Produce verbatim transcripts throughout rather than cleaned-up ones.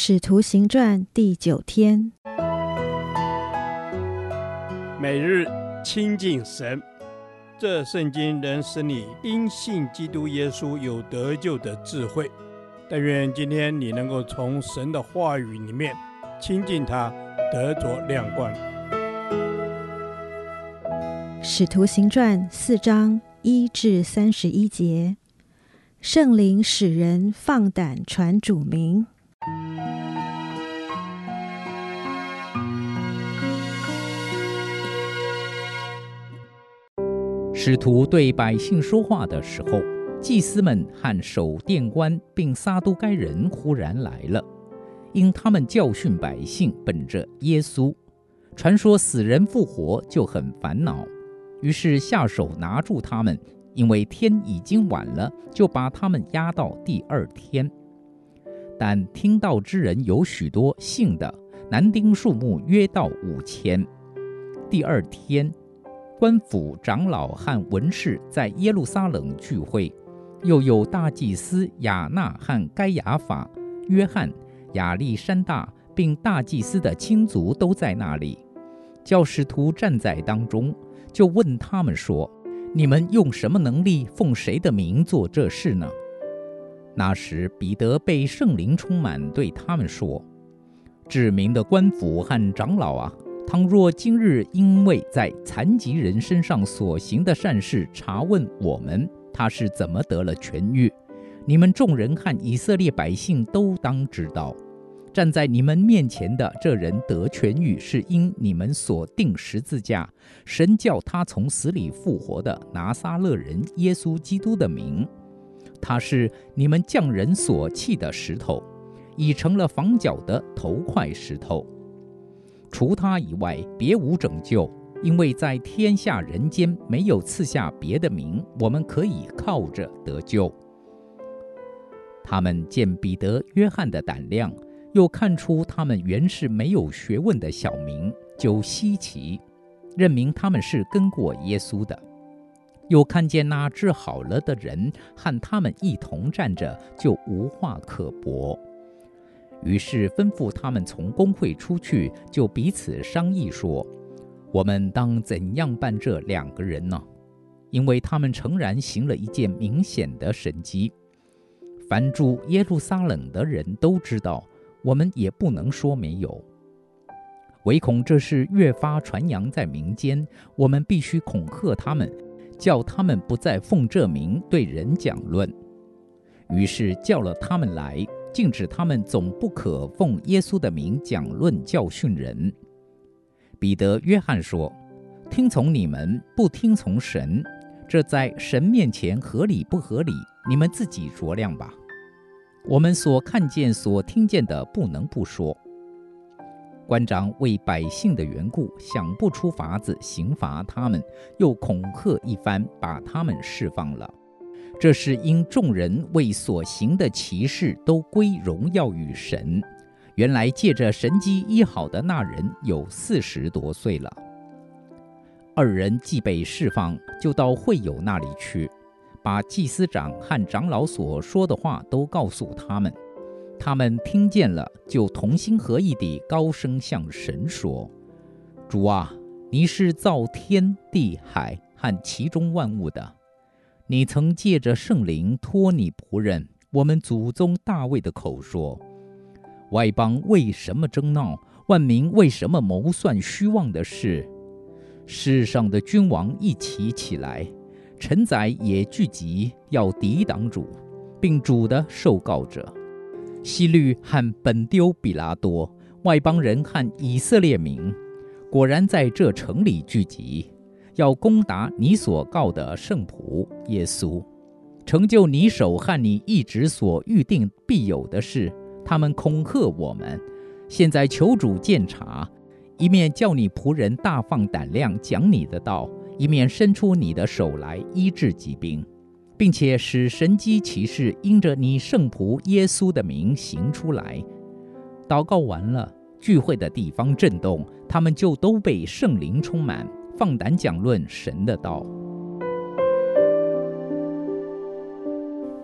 使徒行传第九天， 每日亲近神，这圣经能使你因信基督耶稣有得救的智慧。但愿今天你能够从神的话语里面亲近他，得着亮光。 使徒行传四章一至三十一节，圣灵使人放胆传主名。 使徒对百姓说话的时候，祭司们和守殿官并撒都该人忽然来了，因他们教训百姓本着耶稣传说死人复活就很烦恼，于是下手拿住他们，因为天已经晚了，就把他们押到第二天。但听道之人有许多，信的男丁数目约到五千。第二天，官府长老和文士在耶路撒冷聚会，又有大祭司亚那和该亚法、约翰、亚历山大并大祭司的亲族都在那里。叫使徒站在当中，就问他们说：你们用什么能力，奉谁的名做这事呢？那时彼得被圣灵充满，对他们说：至明的官府和长老啊，倘若今日因为在残疾人身上所行的善事查问我们，他是怎么得了痊愈，你们众人和以色列百姓都当知道，站在你们面前的这人得痊愈，是因你们所钉十字架，神叫他从死里复活的拿撒勒人耶稣基督的名。他是你们匠人所弃的石头，已成了房角的头块石头。除他以外，别无拯救，因为在天下人间没有赐下别的名，我们可以靠着得救。他们见彼得、约翰的胆量，又看出他们原是没有学问的小民，就稀奇，认明他们是跟过耶稣的。又看见那治好了的人和他们一同站着，就无话可驳。于是吩咐他们从公会出去，就彼此商议说：我们当怎样办这两个人呢？因为他们诚然行了一件明显的神迹，凡住耶路撒冷的人都知道，我们也不能说没有。唯恐这事越发传扬在民间，我们必须恐吓他们，叫他们不再奉这名对人讲论。于是叫了他们来，禁止他们总不可奉耶稣的名讲论教训人。彼得、约翰说：听从你们，不听从神，这在神面前合理不合理，你们自己酌量吧。我们所看见所听见的不能不说。官长为百姓的缘故，想不出法子刑罚他们，又恐吓一番，把他们释放了。这是因众人为所行的奇事都归荣耀与神。原来借着神机医好的那人有四十多岁了。二人既被释放，就到会友那里去，把祭司长和长老所说的话都告诉他们。他们听见了，就同心合意地高声向神说：主啊，你是造天地海和其中万物的，你曾借着圣灵托你仆人我们祖宗大卫的口说：外邦为什么争闹，万民为什么谋算虚妄的事？世上的君王一起起来，臣宰也聚集，要抵挡主，并主的受告者希律和本丢比拉多，外邦人和以色列民，果然在这城里聚集，要攻打你所告的圣仆耶稣，成就你手和你一直所预定必有的事。他们恐吓我们，现在求主鉴察，一面叫你仆人大放胆量讲你的道，一面伸出你的手来医治疾病，并且使神迹奇事因着你圣仆耶稣的名行出来。祷告完了，聚会的地方震动，他们就都被圣灵充满，放胆讲论神的道。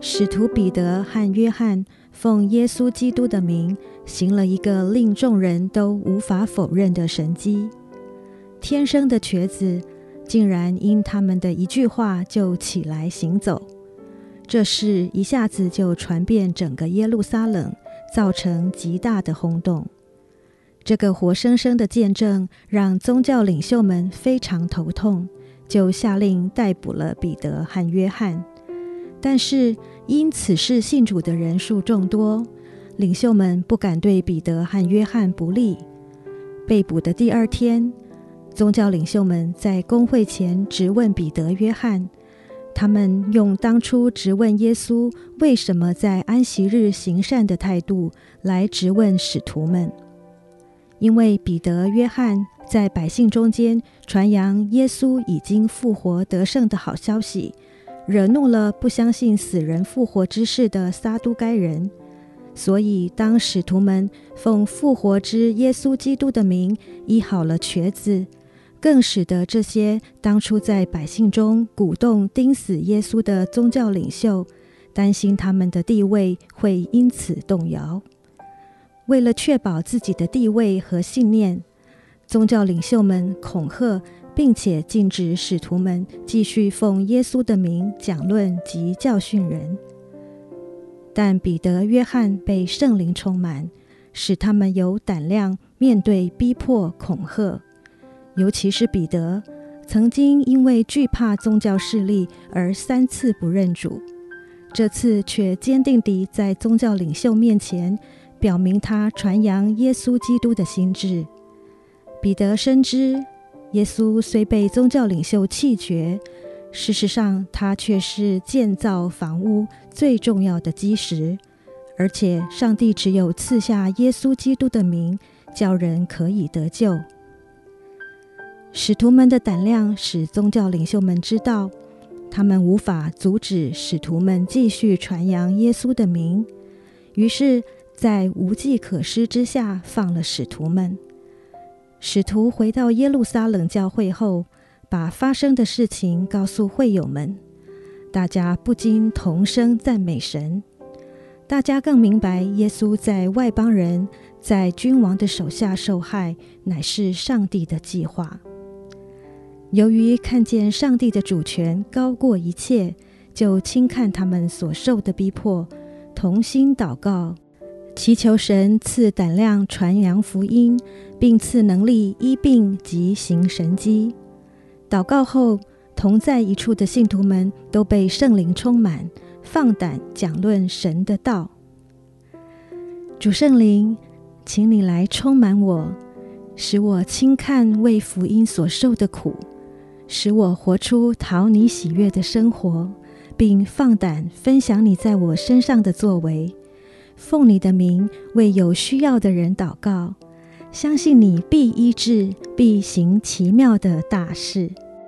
使徒彼得和约翰奉耶稣基督的名，行了一个令众人都无法否认的神迹。天生的瘸子竟然因他们的一句话就起来行走，这事一下子就传遍整个耶路撒冷，造成极大的轰动。这个活生生的见证让宗教领袖们非常头痛，就下令逮捕了彼得和约翰。但是因此事信主的人数众多，领袖们不敢对彼得和约翰不利。被捕的第二天，宗教领袖们在公会前质问彼得、约翰，他们用当初质问耶稣为什么在安息日行善的态度来质问使徒们。因为彼得、约翰在百姓中间传扬耶稣已经复活得胜的好消息，惹怒了不相信死人复活之事的撒都该人，所以当使徒们奉复活之耶稣基督的名医好了瘸子，更使得这些当初在百姓中鼓动钉死耶稣的宗教领袖担心他们的地位会因此动摇。为了确保自己的地位和信念，宗教领袖们恐吓并且禁止使徒们继续奉耶稣的名讲论及教训人。但彼得、约翰被圣灵充满，使他们有胆量面对逼迫、恐吓。尤其是彼得，曾经因为惧怕宗教势力而三次不认主，这次却坚定地在宗教领袖面前表明他传扬耶稣基督的心志。彼得深知，耶稣虽被宗教领袖弃绝，事实上他却是建造房屋最重要的基石，而且上帝只有赐下耶稣基督的名，叫人可以得救。使徒们的胆量使宗教领袖们知道，他们无法阻止使徒们继续传扬耶稣的名，于是在无计可施之下放了使徒们。使徒回到耶路撒冷教会后，把发生的事情告诉会友们，大家不禁同声赞美神。大家更明白耶稣在外邦人、在君王的手下受害，乃是上帝的计划。由于看见上帝的主权高过一切，就轻看他们所受的逼迫，同心祷告，祈求神赐胆量传扬福音，并赐能力医病及行神迹。祷告后，同在一处的信徒们都被圣灵充满，放胆讲论神的道。主圣灵，请你来充满我，使我轻看为福音所受的苦，使我活出讨你喜悦的生活，并放胆分享你在我身上的作为。奉你的名为有需要的人祷告，相信你必医治，必行奇妙的大事。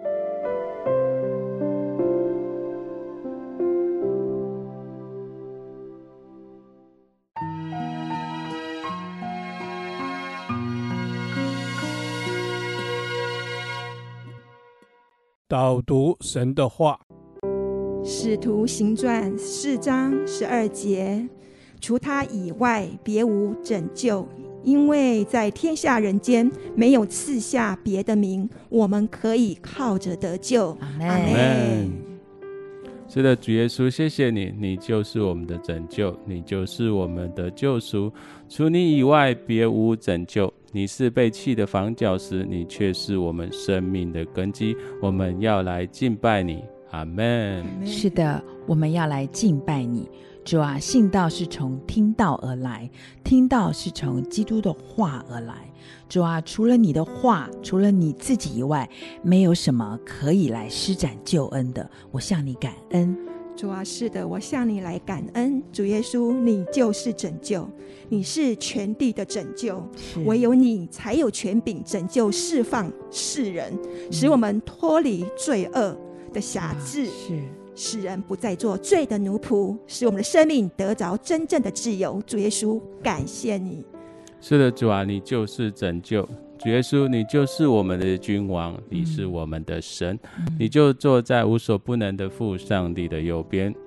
导读神的话， 使徒行传四章十二节，除他以外别无拯救，因为在天下人间没有赐下别的名，我们可以靠着得救。 阿们。是的，主耶稣，谢谢你，你就是我们的拯救，你就是我们的救赎，除你以外别无拯救。你是被弃的房角石，你却是我们生命的根基，我们要来敬拜你。阿们。 是的，我们要来敬拜你。主啊，信道是从听道而来，听道是从基督的话而来。主啊，除了你的话，除了你自己以外，没有什么可以来施展救恩的。我向你感恩。 主啊，是的，我向你来感恩。主耶稣，你就是拯救，你是全地的拯救，唯有你才有权柄拯救释放世人，使我们脱离罪恶的辖制，是使人不再做罪的奴仆，使我们的生命得着真正的自由。主耶稣，感谢你。 是的，主啊，你就是拯救。主耶稣，你就是我们的君王，你是我们的神，嗯、你就坐在无所不能的父上帝的右边。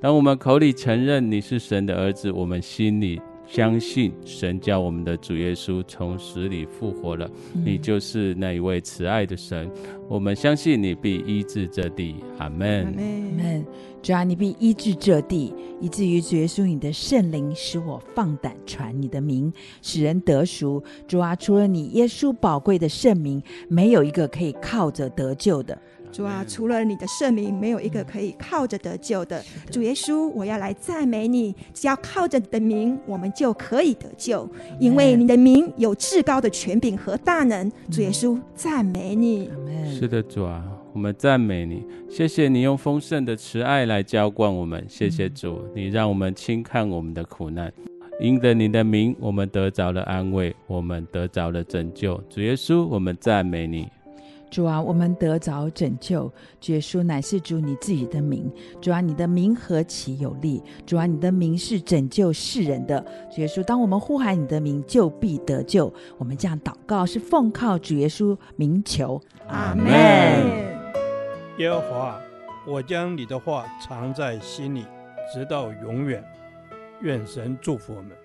当我们口里承认你是神的儿子，我们心里相信神叫我们的主耶稣从死里复活了，嗯、你就是那一位慈爱的神，我们相信你必医治这地。阿们。 阿们。主啊，你必医治这地，以至于主耶稣你的圣灵使我放胆传你的名，使人得赎。主啊，除了你耶稣宝贵的圣名，没有一个可以靠着得救的。 主啊，除了你的圣名，没有一个可以靠着得救的。主耶稣，我要来赞美你，只要靠着你的名，我们就可以得救，因为你的名有至高的权柄和大能。主耶稣，赞美你。 是的，主啊，我们赞美你，谢谢你用丰盛的慈爱来浇灌我们，谢谢主，你让我们轻看我们的苦难，因着你的名，我们得着了安慰，我们得着了拯救。主耶稣，我们赞美你。 主啊，我们得着拯救，主耶稣乃是主你自己的名。主啊，你的名何其有力！主啊，你的名是拯救世人的。主耶稣，当我们呼喊你的名，就必得救。我们这样祷告是奉靠主耶稣名求。 阿们。 耶和华，我将你的话藏在心里，直到永远。愿神祝福我们。